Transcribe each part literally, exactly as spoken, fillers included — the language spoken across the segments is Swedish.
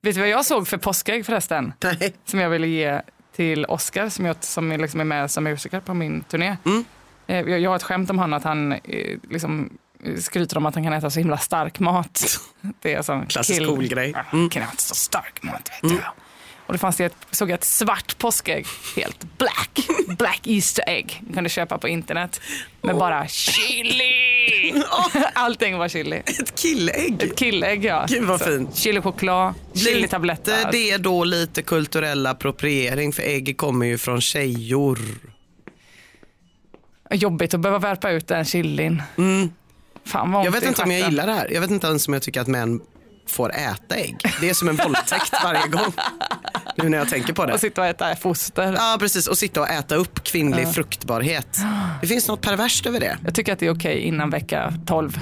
Vet du vad jag såg för påskägg förresten? Nej. Som jag ville ge till Oscar som, jag, som liksom är med som musiker på min turné. Mm. Jag, jag har ett skämt om han att han liksom skryter om att han kan äta så himla stark mat. Det är en klassisk cool grej. Mm. Kan äta så stark mat, vet mm. du. Och det fanns det ett, såg jag ett svart påskägg, helt black, black Easter egg. Du kunde köpa på internet med oh. bara chili. Oh. Allting var chili. Ett killägg. Ett killägg, ja. Gud vad fint. Chili-choklad, chili-tabletter. Det är då lite kulturell appropriering för ägg kommer ju från tjejor. Jobbigt att behöva värpa ut den chilin. Mm. Fan vad jag vet inte om jag gillar det här. Jag vet inte ens om jag tycker att män får äta ägg. Det är som en våldtäkt varje gång. Nu när jag tänker på det. Och sitta och äta foster. Ja, precis. Och sitta och äta upp kvinnlig ja. fruktbarhet. Det finns något perverst över det. Jag tycker att det är okej innan vecka tolv.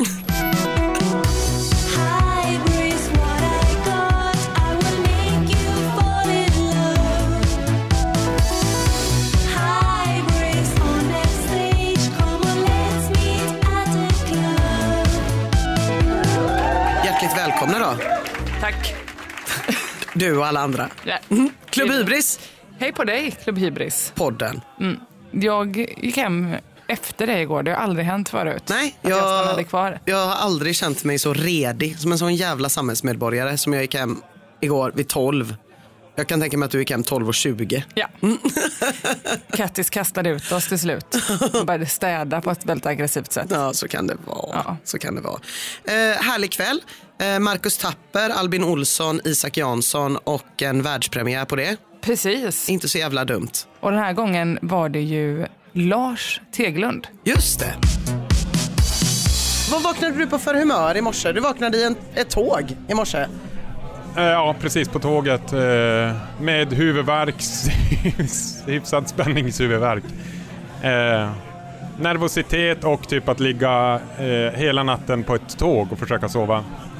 Välkomna då. Tack. Du och alla andra. Ja. Mm. Klubb Hybris. Hej på dig, Klubb Hybris. Podden. Mm. Jag gick hem efter dig igår. Det har aldrig hänt förut. Nej, jag, jag stannade kvar. Jag har aldrig känt mig så redig som en sån jävla samhällsmedborgare som jag gick hem igår vid tolv. Jag kan tänka mig att du gick hem tolv och tjugo. Ja. Mm. Kattis kastade ut oss till slut. Hon började städa på ett väldigt aggressivt sätt. Ja, så kan det vara. Ja. Så kan det vara. Eh, härlig kväll. Eh, Marcus Tapper, Albin Olsson, Isak Jansson och en världspremiär på det. Precis. Inte så jävla dumt. Och den här gången var det ju Lars Teglund. Just det. Vad vaknade du på för humör i morse? Du vaknade i en, ett tåg i morse. Ja, precis på tåget med huvudvärk, hyfsad spänningshuvudvärk. Eh, nervositet och typ att ligga eh, hela natten på ett tåg och försöka sova.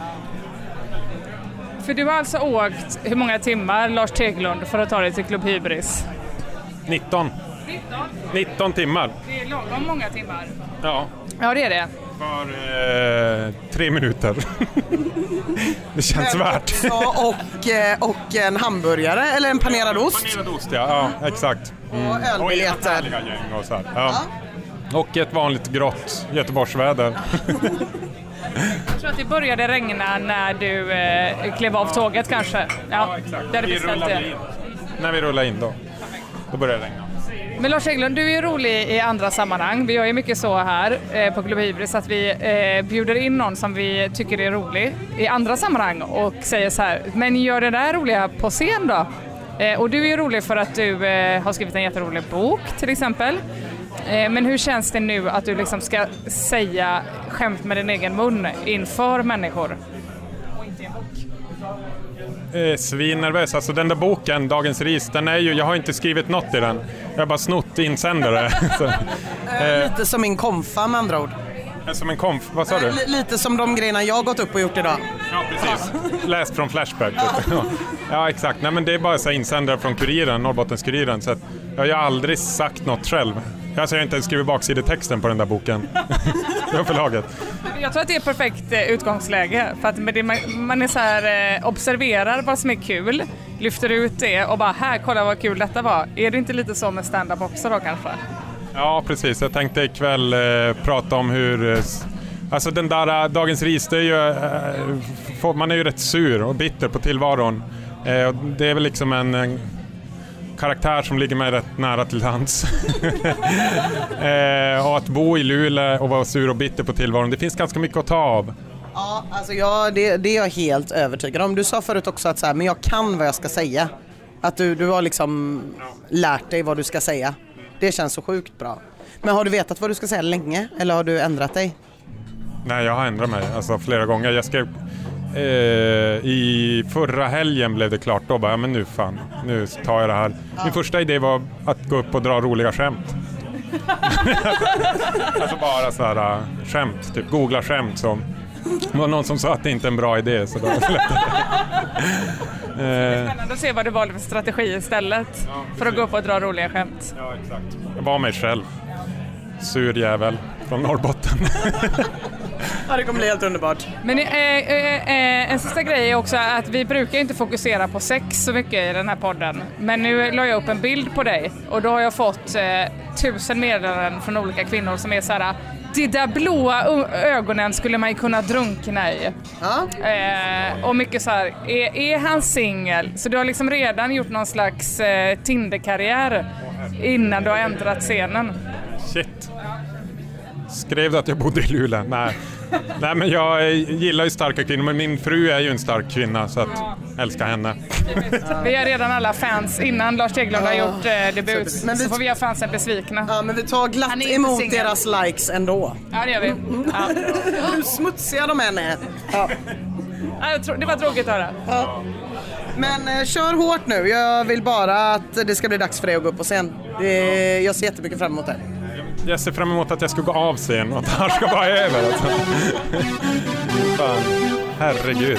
För du har alltså åkt hur många timmar, Lars Teglund, för att ta dig till Klubb Hybris? nitton. nitton? nitton timmar. Det är lagom många timmar. Ja. Ja, det är det. För eh, tre minuter. Det känns Men värt. Också, och, och en hamburgare eller en panerad ost. Panerad ost, ja. Ja, exakt. Mm. Och ölbiljetter. Och gäng och så här. Ja. Ja. Och ett vanligt grått Göteborgsväder. Jag tror att det började regna när du eh, klev av tåget kanske. Ja, ja exakt. Det hade vi rullade in. När vi rullade in då. Då började det regna. Men Lars Teglund, du är ju rolig i andra sammanhang. Vi gör ju mycket så här eh, på Klubb Hybris att vi eh, bjuder in någon som vi tycker är rolig i andra sammanhang och säger så här, men gör det där roliga på scen då? Eh, och du är ju rolig för att du eh, har skrivit en jätterolig bok till exempel. Eh, men hur känns det nu att du liksom ska säga skämt med din egen mun inför människor? Och inte i en bok. Eh, svinnervös. Alltså den där boken, Dagens ris, den är ju, jag har inte skrivit något i den. Jag har bara snott insändare. Så, eh, lite som min konfa med andra ord. Som en konf, vad sa du? L- lite som de grejerna jag har gått upp och gjort idag. Ja, precis. Läst från Flashback. Ja, ja exakt. Nej, men det är bara så insändare från Kuriren, Norrbottens-Kuriren. Så att jag har ju aldrig sagt något själv. Alltså jag har inte ens skrivit baksidetexten på den där boken. Det var förlaget. Jag tror att det är perfekt utgångsläge. För att man är så här, observerar vad som är kul, lyfter ut det och bara här, kolla vad kul detta var. Är det inte lite så med stand-up också då kanske? Ja, precis. Jag tänkte ikväll eh, prata om hur... Eh, alltså den där uh, Dagens ris, det är ju... Uh, får, man är ju rätt sur och bitter på tillvaron. Eh, och det är väl liksom en... en karaktär som ligger mig rätt nära till hands. eh, och att bo i Luleå och vara sur och bitter på tillvaron, det finns ganska mycket att ta av. Ja, alltså jag, det, det är jag helt övertygad om. Du sa förut också att så här, men jag kan vad jag ska säga. Att du, du har liksom lärt dig vad du ska säga. Det känns så sjukt bra. Men har du vetat vad du ska säga länge? Eller har du ändrat dig? Nej, jag har ändrat mig alltså, flera gånger. Jag skrev eh, i förra helgen blev det klart då. Bara, ja, men nu fan, nu tar jag det här. Ja. Min första idé var att gå upp och dra roliga skämt. Alltså bara så här uh, skämt, typ googla skämt som... Det var någon som sa att det inte är en bra idé. Så då det är spännande att se vad du valde för strategi istället. Ja, för att gå upp och dra roliga skämt. Ja, exakt. Jag var mig själv. Sur jävel från Norrbotten. Ja, det kommer bli helt underbart. Men eh, eh, en sista grej är också att vi brukar inte fokusera på sex så mycket i den här podden. Men nu la jag upp en bild på dig och då har jag fått eh, tusen meddelanden från olika kvinnor som är så här: de där blåa ögonen skulle man ju kunna drunkna i. Ja. Eh, och mycket så här, är, är han singel? Så du har liksom redan gjort någon slags eh, Tinder-karriär innan du har äntrat scenen. Shit. Skrev du att jag bodde i Luleå? Nej. Nej, men jag gillar ju starka kvinnor, men min fru är ju en stark kvinna så att jag älskar henne. Vi har redan alla fans innan Lars Teglund ja. har gjort eh, debut, så, men vi, så får vi ha fansen besvikna. Ja, men vi tar glatt emot single. Deras likes ändå. Ja, det gör vi. Ja. Hur smutsiga de än är. Ja. Ja, det var tråkigt att höra. Ja. Men eh, kör hårt nu. Jag vill bara att det ska bli dags för dig att gå upp på scen. Det, jag ser jättemycket fram emot det. Jag ser fram emot att jag ska gå av scen och att det här ska vara över. Alltså. Fan, herregud.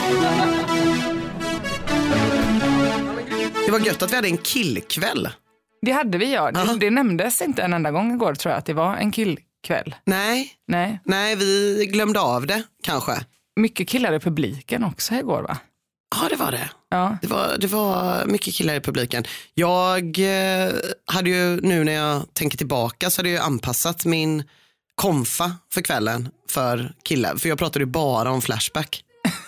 Det var gött att vi hade en killkväll. Det hade vi, ja. Det, det nämndes inte en enda gång igår, tror jag, att det var en killkväll. Nej. Nej. Nej, vi glömde av det, kanske. Mycket killar i publiken också igår, va? Ja, det var det. Ja. Det var, det var mycket killar i publiken. Jag eh, hade ju, nu när jag tänker tillbaka, så hade jag anpassat min konfa för kvällen för killar. För jag pratade ju bara om Flashback.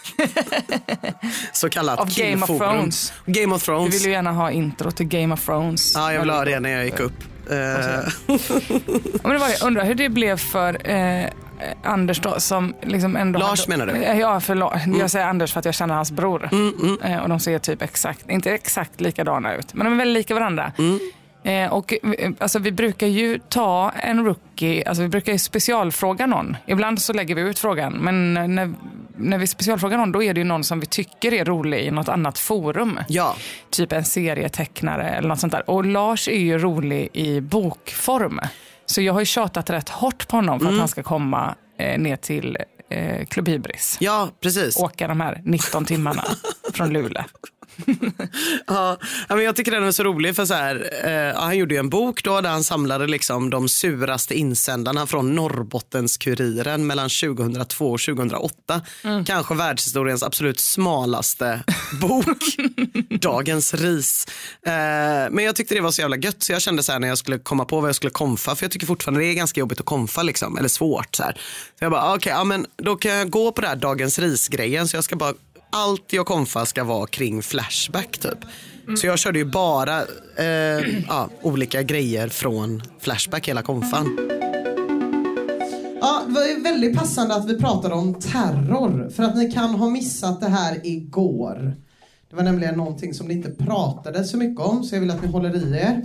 Så kallat av Game of Thrones. Game of Thrones. Du vill ju gärna ha intro till Game of Thrones. Ja, jag ville ha det när jag gick upp. Uh. Men det var det. Undrar hur det blev för eh, Anders då, som liksom ändå Lars hade, menar du? Ja, för mm. jag säger Anders för att jag känner hans bror. Mm, mm. Eh, och de ser typ exakt, inte exakt likadana ut, men de är väldigt lika varandra. Mm. Eh, och alltså, vi brukar ju ta en rookie, alltså vi brukar ju specialfråga någon. Ibland så lägger vi ut frågan, men när, när vi specialfrågar någon, då är det ju någon som vi tycker är rolig i något annat forum. Ja. Typ en serietecknare eller något sånt där. Och Lars är ju rolig i bokform. Så jag har ju tjatat rätt hårt på honom för mm. att han ska komma eh, ner till eh, Club Hybris. Ja, precis. Åka de här nitton timmarna från Luleå. Ja, men jag tycker den är så rolig för så här, eh, han gjorde ju en bok då där han samlade liksom de suraste insändarna från Norrbottens-Kuriren mellan tjugohundratvå och tjugohundraåtta. Mm. Kanske världshistoriens absolut smalaste bok. Dagens ris. Eh, men jag tyckte det var så jävla gött, så jag kände så här när jag skulle komma på vad jag skulle konfa, för jag tycker fortfarande det är ganska jobbigt att konfa liksom, eller svårt så här. Så jag bara, okej, okay, ja men då kan jag gå på det här Dagens ris-grejen, så jag ska bara allt jag konfa ska vara kring Flashback typ. Mm. Så jag körde ju bara eh, ja, olika grejer från Flashback hela konfan. Ja, det var ju väldigt passande att vi pratade om terror, för att ni kan ha missat det här igår. Det var nämligen någonting som ni inte pratade så mycket om, så jag vill att ni håller i er.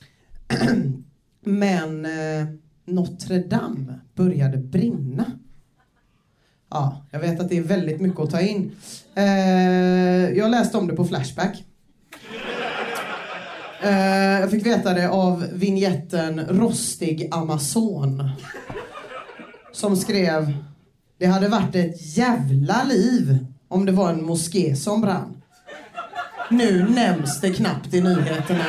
Men eh, Notre Dame började brinna. Ja, jag vet att det är väldigt mycket att ta in. Eh, jag läste om det på Flashback. Eh, jag fick veta det av vignetten Rostig Amazon. Som skrev: det hade varit ett jävla liv om det var en moské som brann. Nu nämns det knappt i nyheterna.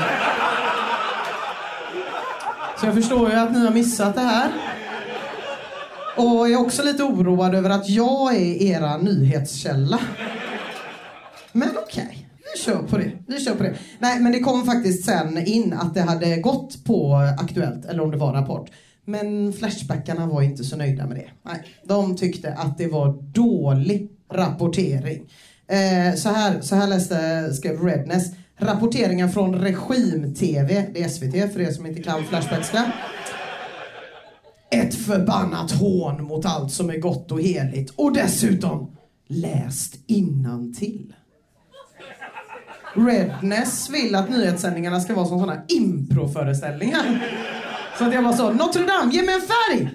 Så jag förstår ju att ni har missat det här. Och jag är också lite oroad över att jag är era nyhetskälla. Men okej, okay, vi kör på det. Vi kör på det. Nej, men det kom faktiskt sen in att det hade gått på Aktuellt, eller om det var Rapport. Men Flashbackarna var inte så nöjda med det. Nej, de tyckte att det var dålig rapportering. Eh, så här, så här läste, skrev Redness. Rapporteringen från Regim-tv, det är S V T för er som inte kan Flashbackska. Ett förbannat hån mot allt som är gott och heligt. Och dessutom läst innantill. Redness vill att nyhetssändningarna ska vara som sådana improföreställningar. Så att jag bara sa, Notre Dame, ge mig en färg!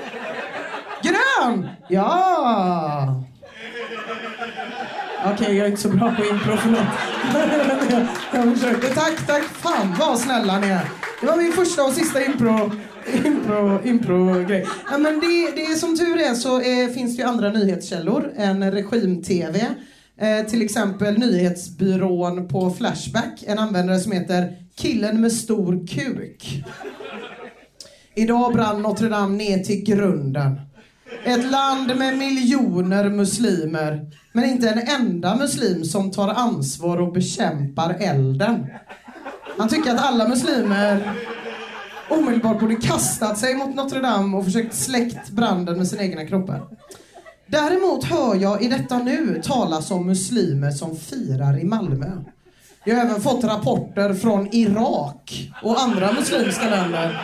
Grön! Ja! Okej, okay, jag är inte så bra på impro, förlåt. Jag försökte. Tack, tack. Fan, vad snälla ni är. Det var min första och sista impro... Impro, impro-grej. Ja, men det, det är som tur är så är, finns det ju andra nyhetskällor än Regim-tv. Eh, till exempel nyhetsbyrån på Flashback. En användare som heter Killen med stor kuk. Idag brann Notre Dame ner till grunden. Ett land med miljoner muslimer, men inte en enda muslim som tar ansvar och bekämpar elden. Han tycker att alla muslimer omedelbart borde kastat sig mot Notre Dame och försökt släckt branden med sina egna kroppar. Däremot hör jag i detta nu talas om muslimer som firar i Malmö. Jag har även fått rapporter från Irak och andra muslimska länder.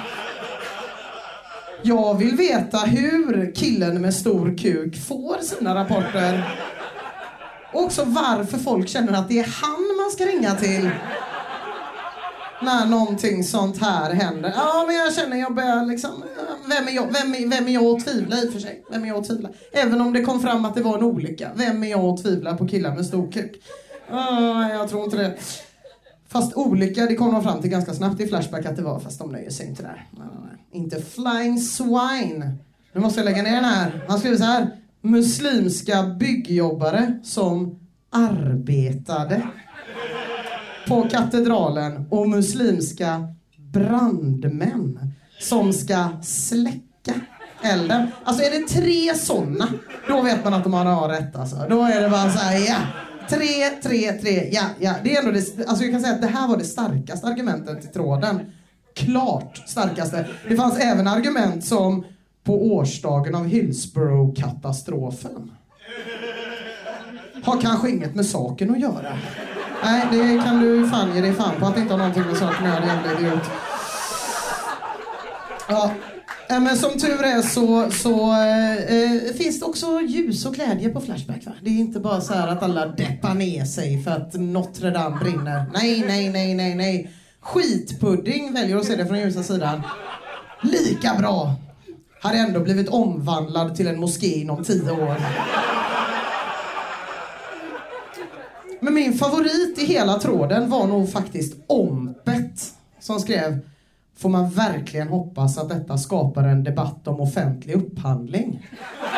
Jag vill veta hur killen med stor kuk får sina rapporter. Och också varför folk känner att det är han man ska ringa till när någonting sånt här händer. Ja, men jag känner jag börjar liksom... Vem är jag, vem är, vem är jag att tvivla i för sig? Vem är jag att tvivla? Även om det kom fram att det var en olycka. Vem är jag att tvivla på killar med stor kuk? Ja, jag tror inte det. Fast olycka, det kom de fram till ganska snabbt i Flashback att det var. Fast de nöjer sig inte där. Inte flying swine. Nu måste jag lägga ner den här. Han skriver så här. Muslimska byggjobbare som arbetade på katedralen och muslimska brandmän som ska släcka elden. Alltså är det tre sådana, då vet man att de har rätt alltså. Då är det bara så här, ja. Tre, tre, tre, ja, ja. Det är ändå det, alltså jag kan säga att det här var det starkaste argumentet i tråden. Klart starkaste. Det fanns även argument som på årsdagen av Hillsborough-katastrofen. Har kanske inget med saken att göra. Nej, det kan du fan ge dig fan på att det inte har någonting med saken att göra, jävla idiot. Ja, men som tur är så, så äh, finns det också ljus och glädje på Flashback, va? Det är inte bara så här att alla deppar ner sig för att Notre Dame brinner. Nej, nej, nej, nej, nej. Skitpudding väljer att se det från ljusa sidan. Lika bra. Har ändå blivit omvandlad till en moské inom tio år. Men min favorit i hela tråden var nog faktiskt Ompet som skrev: får man verkligen hoppas att detta skapar en debatt om offentlig upphandling.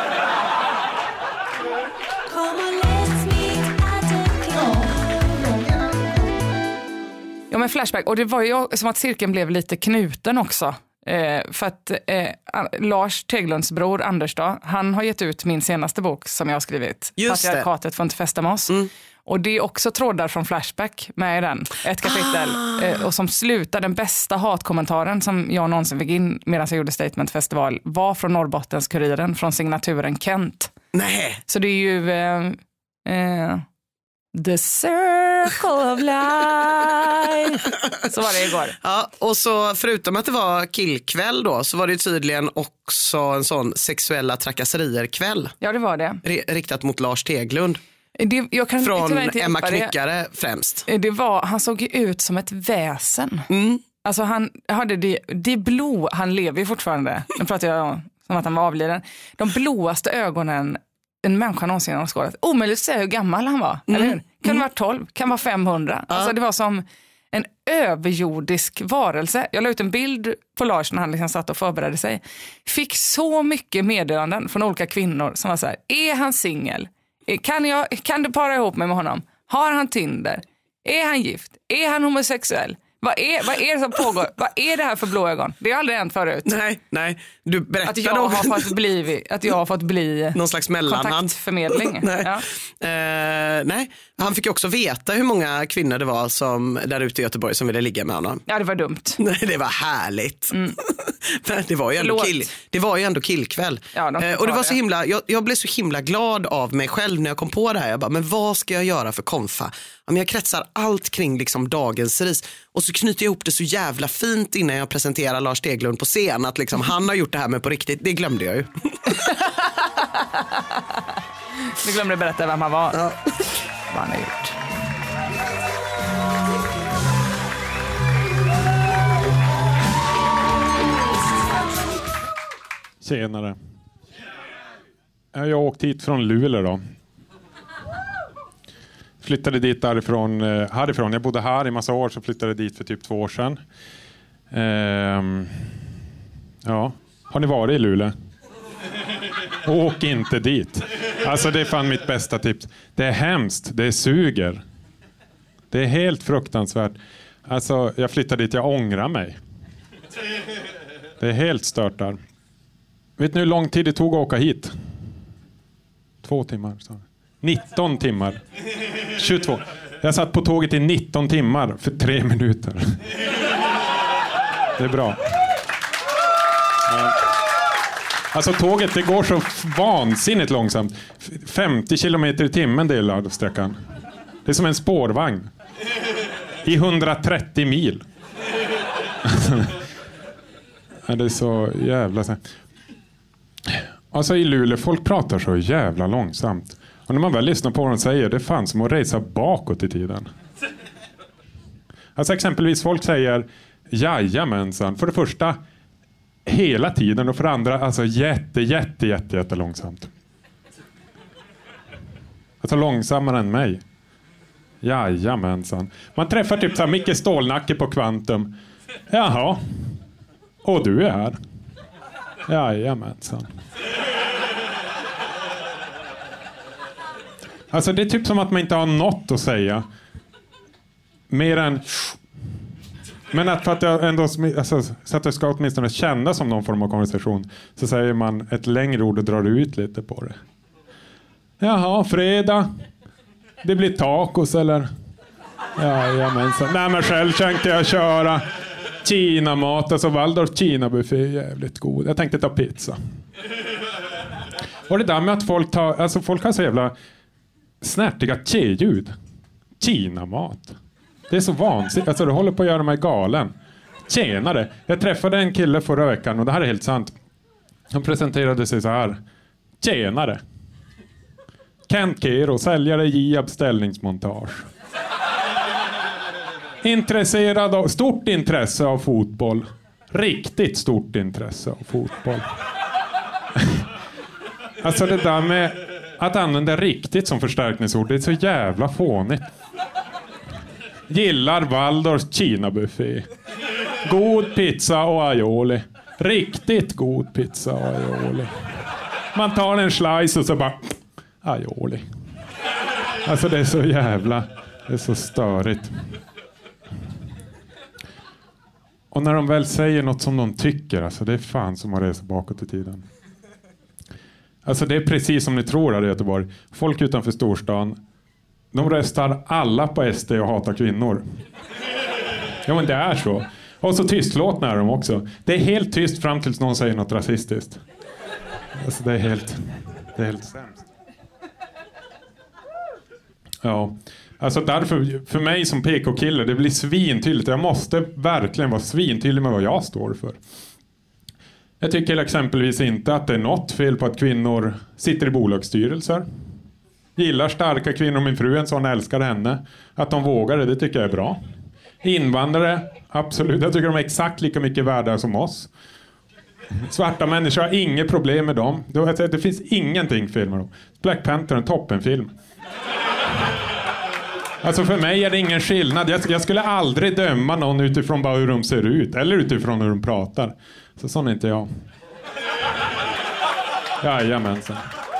Ja, men Flashback. Och det var ju som att cirkeln blev lite knuten också. Eh, för att eh, Lars Teglunds bror Anders då, han har gett ut min senaste bok som jag har skrivit. Just det. Patriarkatet får inte fästa med oss. Mm. Och det är också trådar från Flashback med i den. Ett kapitel. Ah. Eh, och som slutar, den bästa hatkommentaren som jag någonsin fick in medan jag gjorde Statement Festival var från Norrbottens-Kuriren, från signaturen Kent. Nej. Så det är ju... Eh, eh, The Circle of Life. Så var det igår. Ja, och så förutom att det var killkväll då, så var det tydligen också en sån sexuella trakasserier-kväll. Ja, det var det. R- riktat mot Lars Teglund. Det, jag kan Från inte Emma det. Knyckare främst. Det var, han såg ut som ett väsen. Mm. Alltså han hade det, det blå, han lever ju fortfarande. Nu pratar jag om som att han var avliden. De blåaste ögonen en människa någonsin har skådat. Omöjligt att säga hur gammal han var, mm. eller hur? Kan mm. vara tolv, kan vara femhundra. Ja. Alltså det var som en överjordisk varelse. Jag la ut en bild på Lars när han liksom satt och förberedde sig. Fick så mycket meddelanden från olika kvinnor som var så här: är han singel? Kan, jag, kan du para ihop mig med honom? Har han Tinder? Är han gift? Är han homosexuell? Vad är, vad är det som pågår? Vad är det här för blå ögon? Det har aldrig hänt förut. Nej, nej. Du berättade att jag har fått bli, att jag har fått bli någon slags mellanhand. Kontaktförmedling. nej. Ja. Uh, nej, han fick också veta hur många kvinnor det var som där ute i Göteborg som ville ligga med honom. Ja, det var dumt. Nej, det var härligt. Mm. det var ju ändå kill, det var ju ändå killkväll. Ja, de uh, och det var så himla jag, jag blev så himla glad av mig själv när jag kom på det här. Jag bara, men vad ska jag göra för konfa? Jag kretsar allt kring liksom dagens ris. Och så knyter jag ihop det så jävla fint innan jag presenterar Lars Teglund på scen. Att liksom, han har gjort det här med på riktigt. Det glömde jag ju. Du glömde berätta vem han var. Ja. Vad han har gjort. Senare. Jag har åkt hit från Luleå då. Flyttade dit därifrån, eh, härifrån. Jag bodde här i massa år, så flyttade jag dit för typ två år sedan. Ehm, ja, har ni varit i Luleå? Åk inte dit. Alltså det är fan mitt bästa tips. Det är hemskt, det är suger. Det är helt fruktansvärt. Alltså jag flyttade dit, jag ångrar mig. Det är helt stört där. Vet ni hur lång tid det tog att åka hit? Två timmar. Så. nitton timmar. tjugotvå. Jag satt på tåget i nitton timmar för tre minuter. Det är bra. Ja. Alltså tåget, det går så vansinnigt långsamt. femtio kilometer i timmen del av sträckan. Det är som en spårvagn. I hundratrettio mil. Ja, det är så jävla... Alltså i Luleå, folk pratar så jävla långsamt. Och när man väl lyssnar på vad de säger, det fanns som att resa bakåt i tiden. Alltså exempelvis folk säger jajamensan. För det första, hela tiden. Och för det andra, alltså jätte, jätte, jätte, jätte långsamt. Alltså långsammare än mig. Jajamensan. Man träffar typ så här Micke Stålnacke på Kvantum. Jaha. Och du är här. Jajamensan. Alltså det är typ som att man inte har något att säga. Mer än... Men att för att jag ändå... Alltså, så att det ska åtminstone kännas som någon form av konversation. Så säger man ett längre ord och drar ut lite på det. Jaha, fredag. Det blir tacos eller... Jajamensan. Nej men själv tänkte jag köra Kina-mat. Alltså Waldorf Kina-buffé är jävligt god. Jag tänkte ta pizza. Och det där med att folk tar... Alltså folk har så jävla... snärtiga tje-ljud. Kina-mat. Det är så vansinnigt. Alltså det håller på att göra mig galen. Tjenare. Jag träffade en kille förra veckan och det här är helt sant. Han presenterade sig så här. Tjenare. Kent Kero, säljare Giab ställningsmontage. Intresserad av, stort intresse av fotboll. Riktigt stort intresse av fotboll. Alltså det där med att använda riktigt som förstärkningsord, det är så jävla fånigt. Gillar Waldorfs Kina-buffé. God pizza och aioli. Riktigt god pizza och aioli. Man tar en slice och så bara aioli. Alltså det är så jävla, det är så störigt. Och när de väl säger något som de tycker, alltså det är fan som att resa bakåt i tiden. Alltså det är precis som ni tror här i Göteborg. Folk utanför storstan, de röstar alla på S D och hatar kvinnor. Ja men det är så. Och så tystlåtna är de också. Det är helt tyst fram tills någon säger något rasistiskt. Alltså det är helt, det är helt sämst. Ja, alltså därför för mig som P K-kille, det blir svintydligt. Jag måste verkligen vara svintydlig med vad jag står för. Jag tycker exempelvis inte att det är något fel på att kvinnor sitter i bolagsstyrelser. Gillar starka kvinnor, min fru en sån, älskar henne. Att de vågar det, det tycker jag är bra. Invandrare, absolut. Jag tycker de är exakt lika mycket värda som oss. Svarta människor har inget problem med dem. Det finns ingenting fel med dem. Black Panther är en toppenfilm. Alltså för mig är det ingen skillnad. Jag, jag skulle aldrig döma någon utifrån bara hur de ser ut. Eller utifrån hur de pratar. Så sån är inte jag. Jajamensan.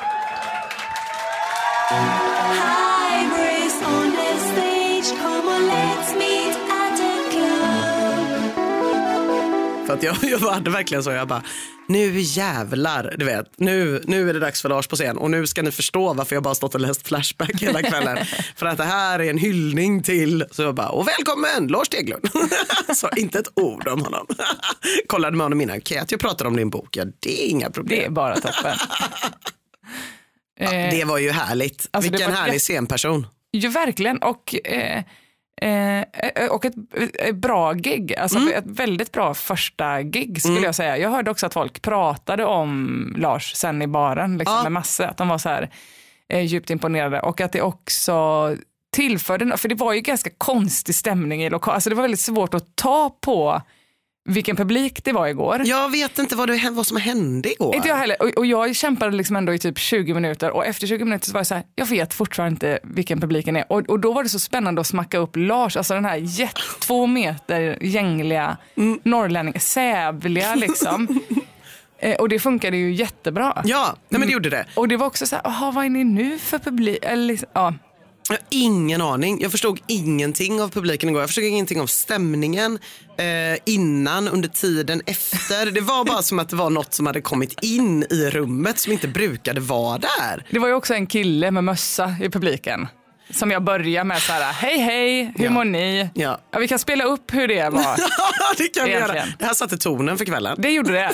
Hi, Grace on the stage. Come on, let's meet at a club. För att jag, jag hade verkligen så, jag bara, nu jävlar, du vet, nu, nu är det dags för Lars på scen. Och nu ska ni förstå varför jag bara stått och läst Flashback hela kvällen. För att det här är en hyllning till, så jag bara, och välkommen Lars Teglund. Så inte ett ord om honom. Kollade med honom innan, Kat, jag pratar om din bok, ja det är inga problem. Det är bara toppen. Ja, det var ju härligt. Alltså, vilken var... härlig scenperson. Ja, verkligen. Och, eh, eh, och ett, ett bra gig. Alltså mm. ett väldigt bra första gig skulle mm. jag säga. Jag hörde också att folk pratade om Lars sen i baren liksom, ja. med massor. Att de var så här eh, djupt imponerade. Och att det också tillförde, för det var ju ganska konstig stämning i lokalen. Alltså det var väldigt svårt att ta på vilken publik det var igår. Jag vet inte vad, det, vad som hände igår. Inte jag heller. Och, och jag kämpade liksom ändå i typ tjugo minuter. Och efter tjugo minuter så var jag så här, jag vet fortfarande inte vilken publiken är. Och, och då var det så spännande att smacka upp Lars. Alltså den här jätt, två meter gängliga mm. norrlänningar. Sävliga liksom. eh, och det funkade ju jättebra. Ja, nej, men det gjorde det. Och det var också så här, aha, vad är ni nu för publik? Eller liksom, ja. Jag har ingen aning. Jag förstod ingenting av publiken igår. Jag förstod ingenting av stämningen eh, innan, under tiden, efter. Det var bara som att det var något som hade kommit in i rummet som inte brukade vara där. Det var ju också en kille med mössa i publiken. Som jag börjar med så här: hej hej, hur ja. mår ni? Ja. Ja, vi kan spela upp hur det var. Det kan vi Egentligen. göra. Det här satte tonen för kvällen. Det gjorde det.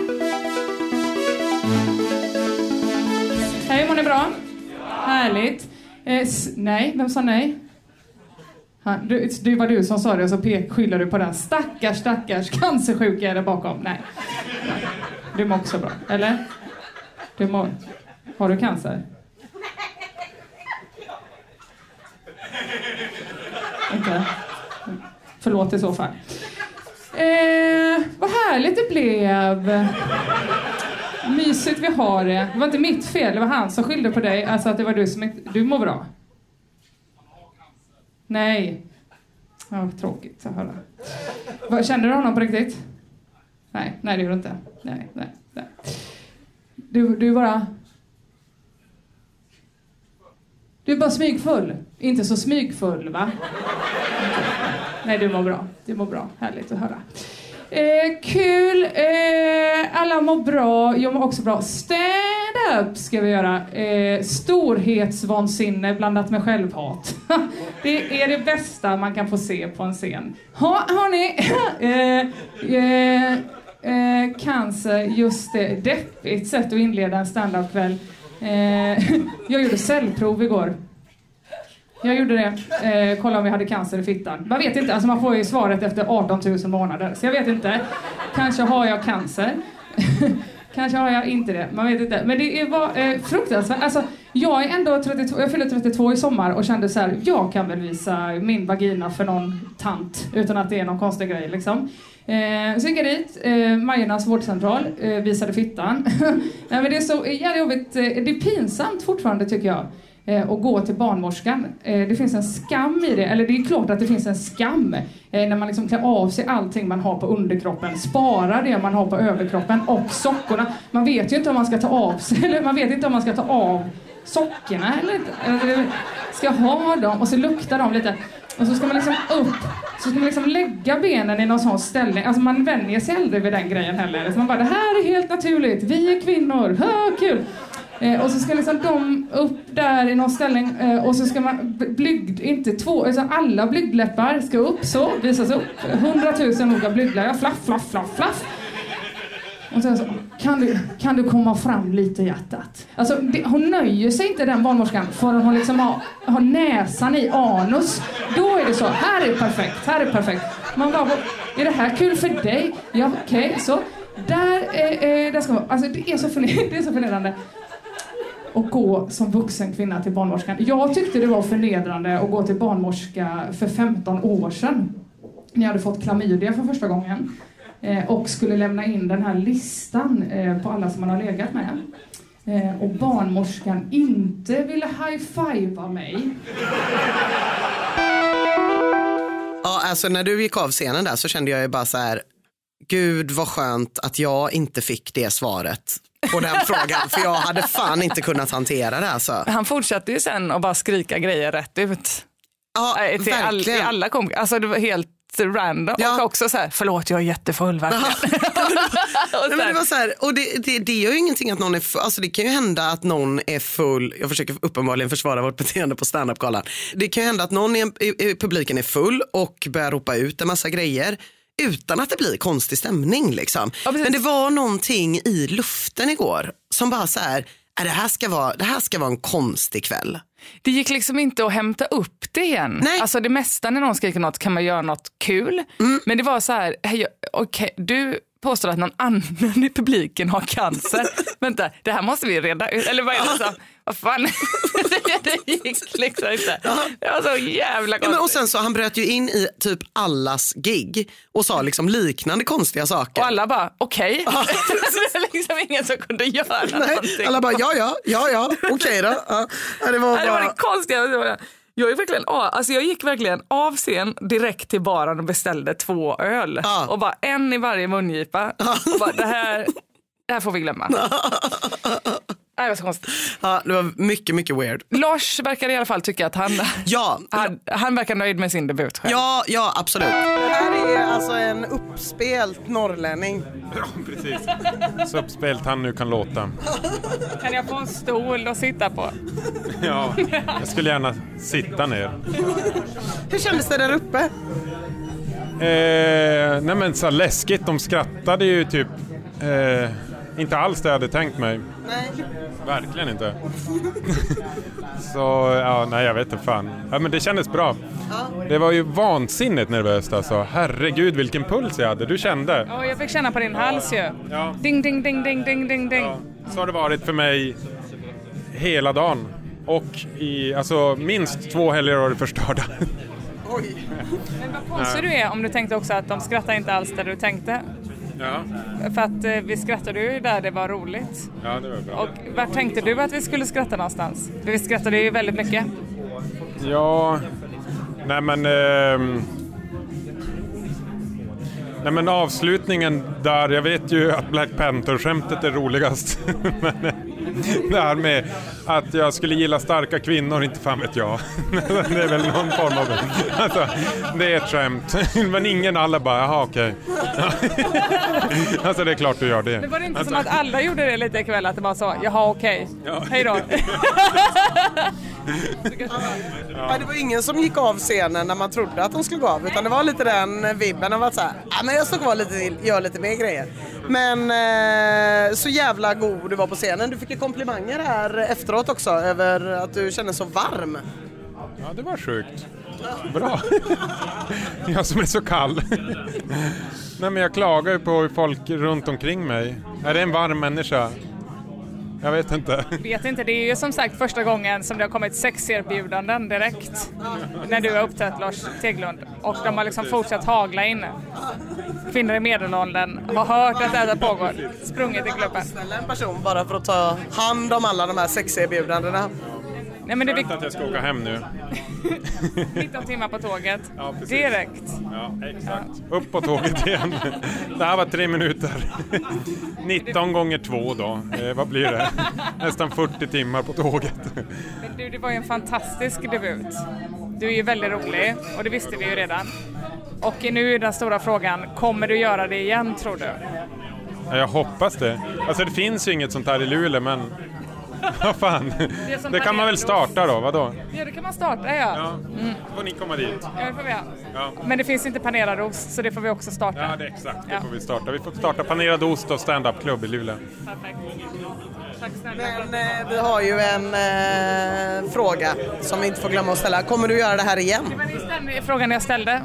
Hej, mår ni bra? Härligt. Eh, s- nej, vem sa nej? Han, du, det var du som sa det och så pek, skyller du på den. Stackars, stackars cancersjuka är där bakom. Nej. Du mår också bra, eller? Du mår... Har du cancer? Inte? Förlåt i så fall. Eh, vad härligt det blev. Mysigt vi har det. Det var inte mitt fel, det var han som skyllde på dig. Alltså att det var du som inte... Du mår bra. Nej. Ja, tråkigt att höra. Vad, kände du honom på riktigt? Nej, nej det gjorde du inte. Nej, nej, nej. Du, du bara... Du är bara smygfull. Inte så smygfull, va? Nej, du mår bra. Du mår bra. Härligt att höra. Eh, kul. Eh, alla mår bra. Jag mår också bra. Stand-up ska vi göra. Eh, storhetsvansinne blandat med självhat. Det är det bästa man kan få se på en scen. Ha, hörni. eh, eh, eh, cancer, just det. Deppigt sätt att inleda en stand-up-kväll. Eh, jag gjorde cellprov igår. Jag gjorde det. Eh, kolla om vi hade cancer i fittan. Man vet inte. Alltså man får ju svaret efter arton tusen månader. Så jag vet inte. Kanske har jag cancer. Kanske har jag inte det. Man vet inte. Men det var eh, fruktansvärt. Alltså jag är ändå trettiotvå. Jag fyllde trettiotvå i sommar och kände så här: jag kan väl visa min vagina för någon tant utan att det är någon konstig grej liksom. Eh, så gick jag dit, eh, Majornas vårdcentral, eh, visade fittan. Nej, men det är så jävla jobbigt. Det är pinsamt fortfarande tycker jag. Och gå till barnmorskan. Det finns en skam i det. Eller det är klart att det finns en skam. När man liksom klär av sig allting man har på underkroppen. Sparar det man har på överkroppen. Och sockorna. Man vet ju inte om man ska ta av sig. Eller man vet inte om man ska ta av sockorna. Eller, eller ska ha dem. Och så luktar de lite. Och så ska man liksom upp. Så ska man liksom lägga benen i någon sån ställning. Alltså man vänjer sig aldrig vid den grejen heller. Så man bara, det här är helt naturligt. Vi är kvinnor. Ha, kul. Eh, och så ska liksom de upp där i någon ställning eh, och så ska man blygd, inte två, alltså alla blygdläppar ska upp så, visas upp. Hundratusen olika blygdläppar, flaff, flaff, flaff, flaff. Och sen så, kan du, kan du komma fram lite hjärtat? Alltså det, hon nöjer sig inte den barnmorskan förrän hon liksom har, har näsan i anus. Då är det så, här är perfekt, här är perfekt. Man bara, är det här kul för dig? Ja, okej, okay, så. Där, eh, eh, där ska man, alltså det är så förnedrande. Det är så förnedrande. Och gå som vuxen kvinna till barnmorskan. Jag tyckte det var förnedrande att gå till barnmorska för femton år sedan. När jag hade fått klamydia för första gången. Eh, och skulle lämna in den här listan eh, på alla som man har legat med. Eh, och barnmorskan inte ville high-fivea mig. Ja, alltså när du gick av scenen där så kände jag ju bara så här: Gud vad skönt att jag inte fick det svaret på den frågan, för jag hade fan inte kunnat hantera det alltså. Han fortsatte ju sen att bara skrika grejer rätt ut. Ja, äh, till all, till alla kom, alltså det var helt random. Ja. Och också så här, förlåt jag är jättefull verkligen. Nej, men det var så här, och det, det, det gör ju ingenting att någon är full. Alltså det kan ju hända att någon är full. Jag försöker uppenbarligen försvara vårt beteende på stand-up-galan. Det kan ju hända att någon i, i, i publiken är full och börjar ropa ut en massa grejer utan att det blir konstig stämning liksom. Ja, men det var någonting i luften igår som bara så här, är det här ska vara det här ska vara en konstig kväll. Det gick liksom inte att hämta upp det igen. Nej. Alltså det mesta när någon skriker något kan man göra något kul. Mm. Men det var så här, hej, okej, du påstår att någon annan i publiken har cancer. Vänta, det här måste vi reda ut. Eller vad är det så? Vad fan? Det gick liksom inte. Det var så jävla konstigt. Ja, men och sen så han bröt ju in i typ allas gig och sa liksom liknande konstiga saker. Och alla bara, okej. Okay. Det var liksom ingen som kunde göra Nej, någonting. Alla bara, ja, ja, ja, ja, okej okay då. Ja, det var bara... Det var det konstiga. Jag, är verkligen, alltså jag gick verkligen av scen direkt till baren och beställde två öl. Ja. Och bara en i varje mungipa. Och bara, det här, det här får vi glömma. Nej, det var så konstigt. Ja, det var mycket, mycket weird. Lars verkar i alla fall tycka att han, Ja, han, han verkar nöjd med sin debut själv. ja, ja, absolut. Det här är alltså en uppspelt norrlänning. Ja, precis. Så uppspelt han nu kan låta. Kan jag få en stol att sitta på? Ja, jag skulle gärna sitta ner. Hur kändes det där uppe? Eh, nej men så läskigt, de skrattade ju typ eh, inte alls det jag hade tänkt mig. Nej. Verkligen inte. Så, ja, nej jag vet inte fan. Ja, men det kändes bra. Det var ju vansinnigt nervöst alltså. Herregud vilken puls jag hade, du kände. Ja, jag fick känna på din hals ju. Ja. Ding, ding, ding, ding, ding, ding, ding. Ja, så har det varit för mig hela dagen. Och i, alltså minst två helger har det förstörda. Oj. Men vad konstig du är om du tänkte också att de skrattar inte alls där du tänkte. Ja, För att eh, vi skrattade ju där det var roligt. ja det var bra. Och var tänkte du att vi skulle skratta någonstans? För vi skrattade ju väldigt mycket. Ja, nej men... ehm, nej men avslutningen där, jag vet ju att Black Panther-skämtet är roligast. Men det här med att jag skulle gilla starka kvinnor, inte fan vet jag. Det är väl någon form av... Alltså, det är ett skämt. Men ingen alla bara, jaha okej. Alltså det är klart du gör det. Det var det inte alltså, som att alla gjorde det lite ikväll, att det var så, jaha okej, Ja. hej då. Ja, det var ingen som gick av scenen när man trodde att de skulle gå av, utan det var lite den vibben av att så här, ja men jag ska kvar lite till, gör lite mer grejer. Men eh, så jävla god du var på scenen. Du fick ju komplimanger här efteråt också över att du kände så varm. Ja, det var sjukt. Bra. Jag som är så kall. Nej, men jag klagar ju på folk runt omkring mig. Är det en varm människa? Jag vet inte. Vet inte, det är ju som sagt första gången som det har kommit sexerbjudanden direkt när du har uppträtt, Lars Teglund. Och de har liksom fortsatt hagla inne. Kvinnor i medelåldern har hört att det här pågår, sprungit i klubben. Ställa en person bara för att ta hand om alla de här sexerbjudandena. Nej, men det är Vänta viktigt. att jag ska åka hem nu. nitton timmar på tåget. Ja, precis. Direkt. Ja, exakt. Upp på tåget igen. Det här var tre minuter. nitton gånger två då. Eh, vad blir det? Nästan fyrtio timmar på tåget. Men du, det var ju en fantastisk debut. Du är ju väldigt rolig och det visste vi ju redan. Och nu är den stora frågan, kommer du göra det igen tror du? Ja, jag hoppas det. Alltså det finns ju inget sånt här i Luleå, men vad fan. Det som Det kan man väl starta då, vadå? Ja, det kan man starta, ja. Ja, får ni komma dit. Ja, det får vi ha. Ja. Men det finns inte panerad ost, så det får vi också starta. Ja, det är exakt. Det Ja. får vi starta. Vi får starta panerad ost och stand-up-klubb i Luleå. Perfekt. Tack snälla. Men eh, vi har ju en eh, fråga som vi inte får glömma att ställa. Kommer du göra det här igen? Det var just den frågan jag ställde.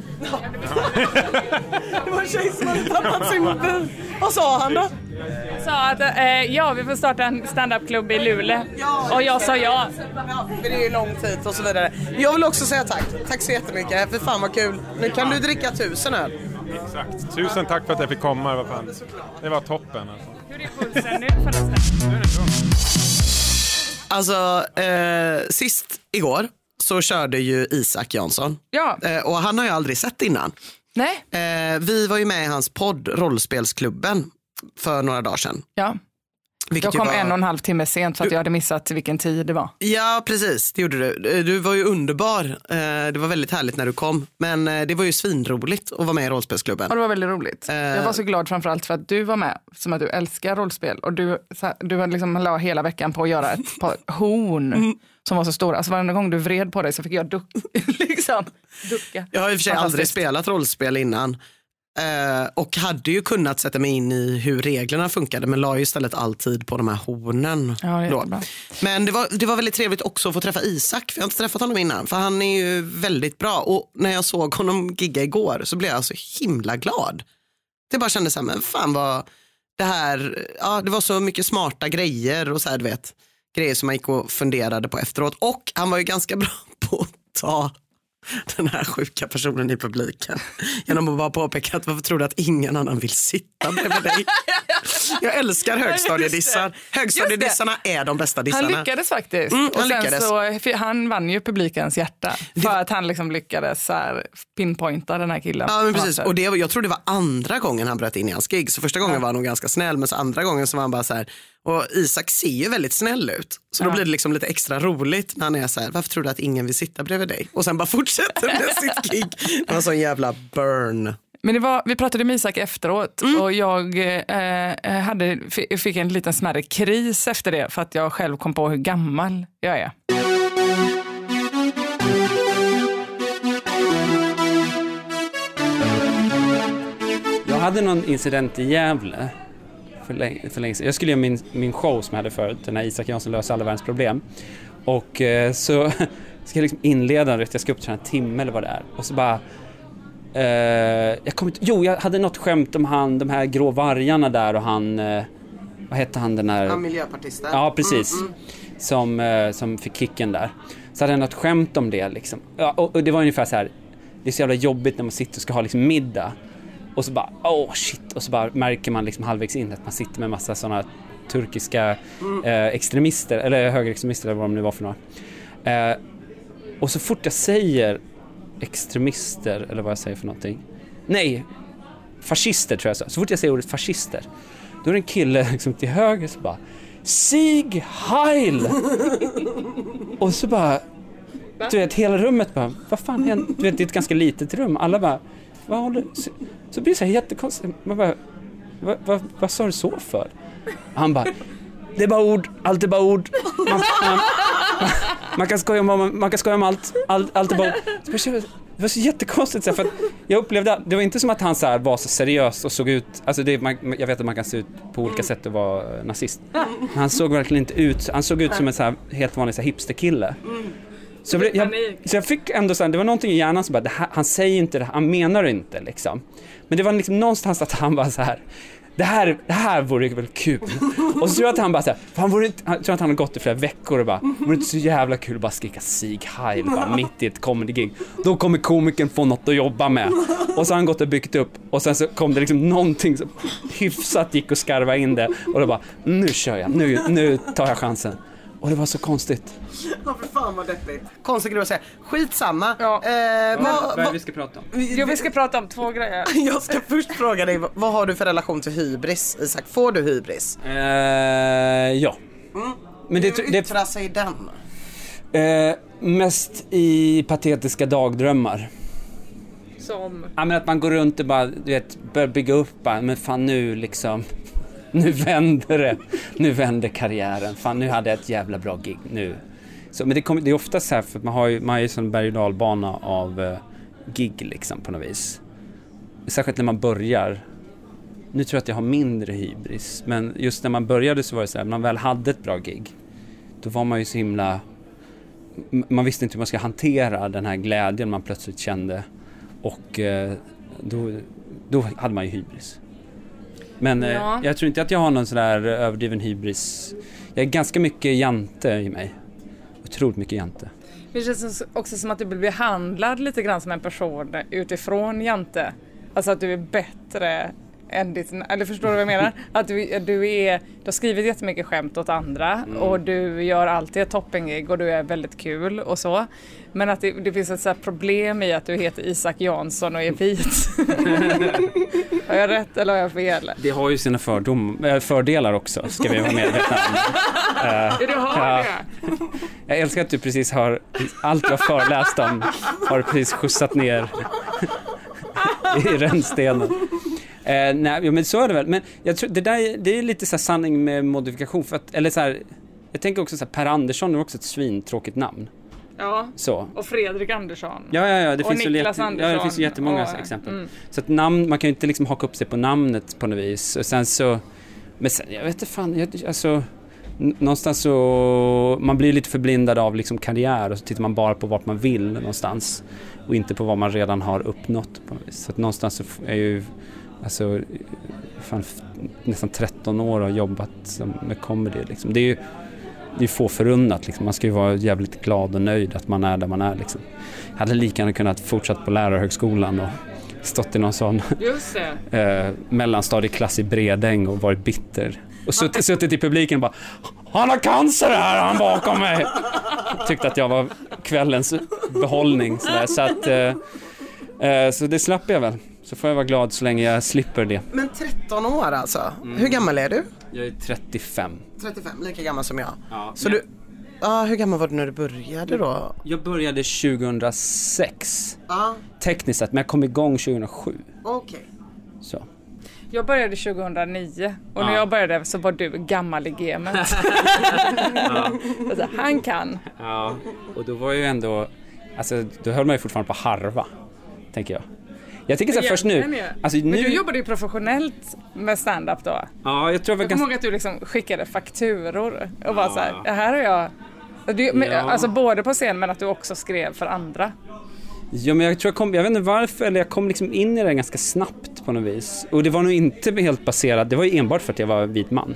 Det var en tjej som hade tappat sin mobil. Vad sa han då? Jag sa att eh, ja, vi får starta en stand-up-klubb i Luleå. Och jag sa ja. Ja, för det är ju lång tid och så vidare. Jag vill också säga tack. Tack så jättemycket. För fan vad kul. Nu kan du dricka tusen öl. Exakt. Tusen tack för att jag fick komma. Vad fan. Det var toppen. Alltså. Hur är pulsen nu förresten? Nu är det bra. Alltså, eh, sist igår så körde ju Isak Jansson. Ja. Eh, och han har jag aldrig sett innan. Nej. Eh, vi var ju med i hans podd Rollspelsklubben för några dagar sedan. Ja. Vilket Jag kom ju var... en och en halv timme sent för att jag hade missat vilken tid det var. Ja, precis. Det gjorde du. Du var ju underbar. Eh, det var väldigt härligt när du kom. Men eh, det var ju svinroligt att vara med i Rollspelsklubben. Och det var väldigt roligt. Eh. Jag var så glad framförallt för att du var med, som att du älskar rollspel. Och du, så här, du liksom la hela veckan på att göra ett par horn Mm. som var så stora. Alltså varje gång du vred på dig så fick jag duck, liksom, ducka. Jag har i och för sig aldrig Fantastiskt. spelat rollspel innan. Eh, och hade ju kunnat sätta mig in i hur reglerna funkade, men la ju istället all tid på de här hornen. Ja, det är då. jättebra. Men det var, det var väldigt trevligt också att få träffa Isak, för jag har inte träffat honom innan. För han är ju väldigt bra. Och när jag såg honom gigga igår så blev jag så himla glad. Det bara kändes så här, men fan vad det här, ja det var så mycket smarta grejer och så här, du vet, grejer som man gick och funderade på efteråt. Och han var ju ganska bra på att ta den här sjuka personen i publiken genom att bara påpeka att varför tror du att ingen annan vill sitta bredvid dig? Jag älskar högstadiedissar. Högstadiedissarna är de bästa dissarna. Han lyckades faktiskt. Mm, och han sen lyckades. så, han vann ju publikens hjärta. För att han liksom lyckades så här pinpointa den här killen. Ja, men precis. Och det, jag tror det var andra gången han bröt in i hans gig. Så första gången ja. var han nog ganska snäll, men så andra gången så var han bara så här. Och Isak ser ju väldigt snäll ut. Så ja. då blir det liksom lite extra roligt när han är så här, varför tror du att ingen vill sitta bredvid dig? Och sen bara fortsätter med sitt gig. Det var så en jävla burn. Men det var, vi pratade med Isak efteråt mm. och jag eh, hade, fick en liten smärre kris efter det för att jag själv kom på hur gammal jag är. Jag hade någon incident i Gävle för länge, för länge sedan. Jag skulle göra min, min show som jag hade förut, den här Isak Jansson löser alla världens problem. Och eh, så ska jag liksom inleda, jag ska upp till en timme eller vad det är. Och så bara... Uh, jag kom inte, jo, jag hade något skämt om han, de här grå vargarna där och han, uh, vad hette han den där? Han miljöpartisten. Ja, precis. Mm, mm. Som, uh, som fick kicken där. Så hade jag något skämt om det liksom. Ja, och, och det var ungefär så här, det är så jävla jobbigt när man sitter och ska ha liksom middag. Och så bara, åh oh, shit. Och så bara märker man liksom halvvägs in att man sitter med massa sådana turkiska mm. uh, extremister, eller högerextremister eller vad de nu var för några. Uh, och så fort jag säger extremister, eller vad jag säger för någonting. Nej, fascister tror jag så. Så fort jag säger ordet fascister, då är det en kille liksom till höger så bara Sieg Heil! Och så bara du vet, hela rummet bara, vad fan är du vet, det är ett ganska litet rum. Alla bara, vad håller så, så blir det så här jättekonstigt. Man bara, vad, vad, vad sa du så för? Han bara, det är bara ord, allt är bara ord. Man, man, man, man kan skoja om man, man kan skoja om allt, allt, allt är bara ord. Det var så jättekonstigt för att jag upplevde, det var inte som att han så här var så seriös och såg ut, alltså det, man, jag vet att man kan se ut på olika sätt och vara nazist. Men han såg verkligen inte ut, han såg ut som en så här helt vanlig så här hipsterkille. Så jag, jag, så jag fick ändå så här, det var någonting i hjärnan som bara, det här, han säger inte det, han menar det inte liksom. Men det var liksom någonstans att han var så här. Det här, det här vore väl kul. Och så tror jag att han bara så här, han vore inte, jag tror att han har gått i flera veckor och bara, vore inte så jävla kul att bara skrika Sieg Heil bara mitt i ett comedy-gig. Då kommer komikern få något att jobba med. Och så har han gått och byggt upp. Och sen så kom det liksom någonting som hyfsat gick och skarva in det. Och då bara, nu kör jag, nu, nu tar jag chansen. Och det var så konstigt. Ja, för fan vad deppigt. Konstigt grej att säga. Skitsamma. Ja. Eh, vad, vad är det vi ska prata om? Jo, vi ska prata om två grejer. Jag ska först fråga dig, vad har du för relation till hybris? Isak, får du hybris? Eh, ja. Mm. Men det, Hur yttrar sig den? Eh, mest i patetiska dagdrömmar. Som? Ja, men att man går runt och bara, du vet, börjar bygga upp bara, men fan nu liksom... Nu vänder det. Nu vänder karriären. Fan, nu hade jag ett jävla bra gig nu. Så, men det, kom, det är ofta så här för att man har ju, man har ju sån berg- och dalbana av uh, gig liksom på något vis. Särskilt när man börjar. Nu tror jag att jag har mindre hybris. Men just när man började så var det så här, när man väl hade ett bra gig. Då var man ju så himla... Man visste inte hur man ska hantera den här glädjen man plötsligt kände. Och uh, då, då hade man ju hybris. Men ja. eh, jag tror inte att jag har någon sån där överdriven hybris. Jag är ganska mycket jante i mig. Otroligt mycket jante. Det känns också som att du blir behandlad lite grann som en person utifrån jante. Alltså att du är bättre än ditt... Eller förstår du vad jag menar? Att du, du, är, du har skrivit jättemycket skämt åt andra. Mm. Och du gör alltid ett toppengig och du är väldigt kul och så. Men att det, det finns ett så här problem i att du heter Isak Jansson och är vit. Har jag rätt eller har jag fel? Det har ju sina fördom, fördelar också, ska vi vara medvetna om. uh, du har ja. det? Jag älskar att du precis har, allt jag föreläst om har du precis skjutsat ner i rännstenen. Uh, nej, men så är det väl. Men jag tror, det, där, det är lite så här sanning med modifikation. För att, eller så här, jag tänker också så här, Per Andersson är också ett svintråkigt namn. Ja, så. Och Fredrik Andersson. Ja, ja, ja. Det, och finns, ju jätte, ja, det finns ju jättemånga och, exempel. Mm. Så att namn, man kan ju inte liksom haka upp sig på namnet på något vis. Och sen så, men sen, jag vet inte fan, jag, alltså, någonstans så, man blir lite förblindad av liksom karriär och så tittar man bara på vart man vill någonstans. Och inte på vad man redan har uppnått på något vis. Så att någonstans så är ju, alltså, fan, nästan tretton år och jobbat med comedy liksom. Det är ju det är få förunnat liksom. Man ska ju vara jävligt glad och nöjd att man är där man är liksom. Jag hade lika gärna kunnat fortsätta på lärarhögskolan och stått i någon sån Just det. eh, mellanstadieklass i Bredäng och varit bitter. Och suttit, suttit i publiken och bara, han har cancer här, han bakom mig. Tyckte att jag var kvällens behållning. Sådär. Så, att, eh, eh, så det slapp jag väl. Så får jag vara glad så länge jag slipper det. Men tretton år alltså. Mm. Hur gammal är du? Jag är trettiofem. trettiofem, lika gammal som jag. Ja, så du, ja, hur gammal var du när du började då? Jag började tjugohundrasex. Ja. Tekniskt sett, men jag kom igång tjugohundrasju. Okej. Så. Jag började tjugohundranio och Ja. när jag började så var du gammal i gamet. Ja. Alltså, han kan. Ja, och då var ju ändå, alltså då höll man ju fortfarande på harva, tänker jag. Jag tycker så här, först nu, alltså, nu... Men du jobbade ju professionellt med stand-up då. Ja, jag tror jag var Jag kommer ganska... ihåg att du liksom skickade fakturor och var så här, det här har jag... Du, men, Ja. Alltså både på scen men att du också skrev för andra. Ja, men jag tror jag kom, jag vet inte varför, eller jag kom liksom in i det ganska snabbt på något vis. Och det var nog inte helt baserat, det var ju enbart för att jag var vit man.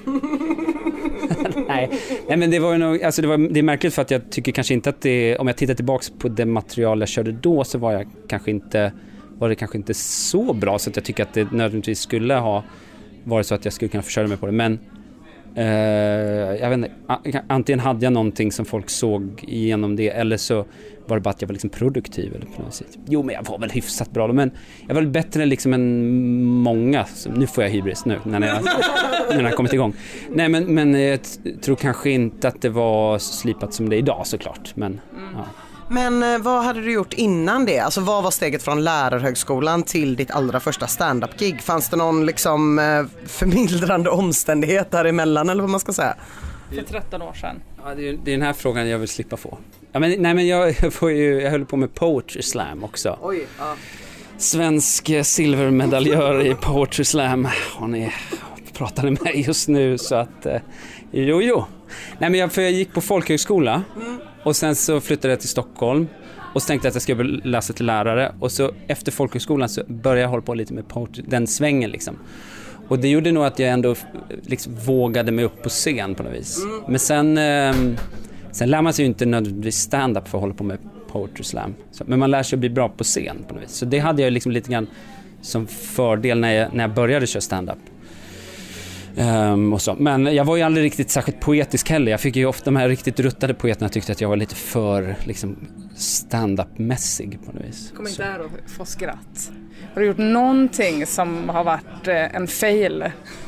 Nej. Nej, men det var ju nog, alltså det, var, det är märkligt för att jag tycker kanske inte att det, om jag tittar tillbaks på det material jag körde då, så var jag kanske inte, var det kanske inte så bra så att jag tycker att det nödvändigtvis skulle ha varit så att jag skulle kunna försörja mig på det. Men Uh, jag vet inte, antingen hade jag någonting som folk såg igenom det, eller så var det bara att jag var liksom produktiv eller på något sätt. Jo, men jag var väl hyfsat bra då, men jag var väl bättre liksom än många. Så nu får jag hybris nu när jag, när jag kommit igång. Nej, men, men jag t- tror kanske inte att det var slipat som det är idag, såklart. Men, mm. ja. Men eh, vad hade du gjort innan det? Alltså vad var steget från lärarhögskolan till ditt allra första stand-up-gig? Fanns det någon liksom eh, förmildrande omständighet däremellan eller vad man ska säga? För tretton år sedan. Ja, det, är, det är den här frågan jag vill slippa få. Ja, men, nej, men jag, jag, får ju, jag höll på med Poetry Slam också. Oj, ja. Svensk silvermedaljör i Poetry Slam. Hon är pratade med mig just nu, så att eh, jo jo. Nej, men jag, för jag gick på folkhögskola mm. och sen så flyttade jag till Stockholm och så tänkte jag att jag skulle läsa till lärare, och så efter folkhögskolan så började jag hålla på lite med poetry, den svängen liksom. Och det gjorde nog att jag ändå liksom vågade mig upp på scen på något vis. Mm. Men sen eh, sen lär man sig ju inte nödvändigtvis stand-up för att hålla på med Poetry Slam. Så, men man lär sig att bli bra på scen på något vis. Så det hade jag liksom lite grann som fördel när jag, när jag började köra stand-up. Um, och så. Men jag var ju aldrig riktigt särskilt poetisk heller. Jag fick ju ofta de här riktigt ruttade poeterna tyckte att jag var lite för liksom, stand-up-mässig på något vis. Kom inte här och få skratt. Har du gjort någonting som har varit eh, en fail?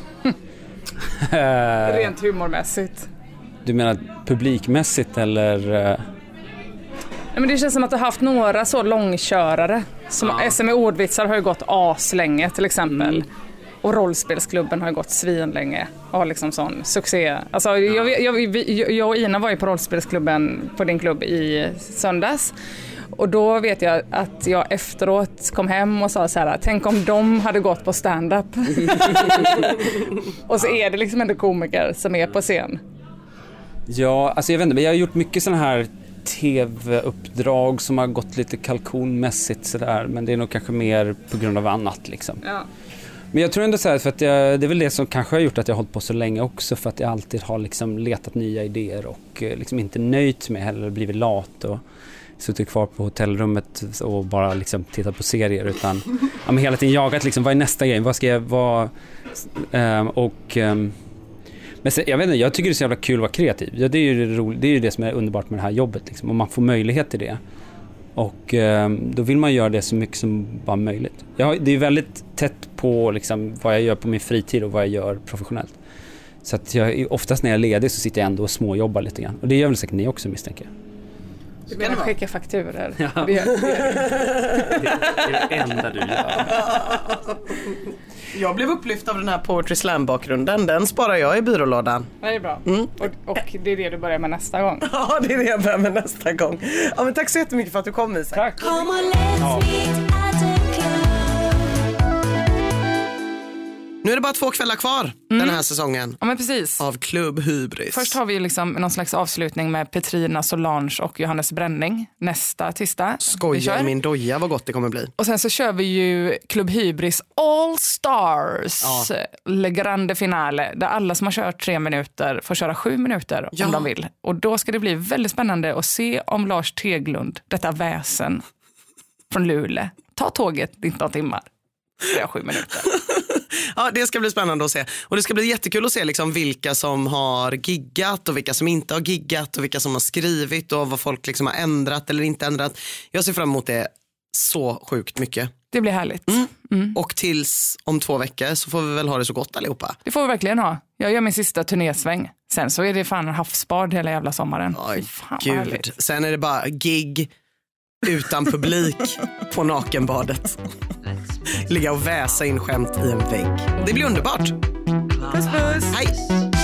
Rent humormässigt. Du menar publikmässigt eller? Uh... Ja, men det känns som att du har haft några så långkörare. Som ja. S M E ordvitsar har ju gått aslänge till exempel. Mm. Och rollspelsklubben har ju gått svinlänge och har liksom sån succé. Alltså, ja. jag, jag, jag, jag och Ina var ju på rollspelsklubben på din klubb i söndags. Och då vet jag att jag efteråt kom hem och sa så här: tänk om de hade gått på stand-up. Och så är det liksom ändå komiker som är på scen. Ja, alltså jag vet inte, men jag har gjort mycket såna här tv-uppdrag som har gått lite kalkonmässigt sådär, men det är nog kanske mer på grund av annat liksom. Ja. Men jag tror ändå så här, för att jag, det är väl det som kanske har gjort att jag har hållit på så länge också, för att jag alltid har liksom letat nya idéer och liksom inte nöjt med heller, blivit lat och suttit kvar på hotellrummet och bara liksom tittat på serier, utan ja, men hela tiden jagat liksom, vad är nästa grej, vad ska jag vara um, och um, men så, jag vet inte, jag tycker det är så jävla kul att vara kreativ. Ja, det är ju det, roligt, det är ju det som är underbart med det här jobbet liksom, och man får möjlighet till det. Och eh, då vill man göra det så mycket som bara möjligt. Jag, det är väldigt tätt på liksom, vad jag gör på min fritid och vad jag gör professionellt. Så att jag, oftast när jag är ledig så sitter jag ändå och småjobbar lite grann. Och det gör väl säkert ni också, misstänker jag. Du menar skicka fakturer? Ja. Det, gör, det, det är det enda du gör. Jag blev upplyft av den här Poetry Slam-bakgrunden. Den sparar jag i byrålådan. Det är bra. Mm. Och, och det är det du börjar med nästa gång. Ja, det är det jag börjar med nästa gång. Ja, men tack så jättemycket för att du kom, Isak. Tack. Come on, let's Ja. meet at a club. Nu är det bara två kvällar kvar Mm. den här säsongen Ja, men precis. av Klubb Hybris. Först har vi liksom någon slags avslutning med Petrina Solange och Johannes Bränning nästa tisdag. Vi Skoja kör. i min doja vad gott det kommer bli. Och sen så kör vi ju Klubb Hybris All Stars, Ja. Le Grande Finale, där alla som har kört tre minuter får köra sju minuter Ja. om de vill. Och då ska det bli väldigt spännande att se om Lars Teglund, detta väsen från Luleå, ta tåget nitton timmar. Det är sju minuter. Ja, det ska bli spännande att se. Och det ska bli jättekul att se liksom vilka som har giggat och vilka som inte har giggat och vilka som har skrivit och vad folk liksom har ändrat eller inte ändrat. Jag ser fram emot det så sjukt mycket. Det blir härligt. Mm. Mm. Och tills om två veckor så får vi väl ha det så gott allihopa. Det får vi verkligen ha. Jag gör min sista turnésväng. Sen så är det fan en havsbad hela jävla sommaren. Oj, fan, gud. Sen är det bara gig utan publik på nakenbadet. Ligga och väsa in skämt i en vägg. Det blir underbart. Puss puss. Hej.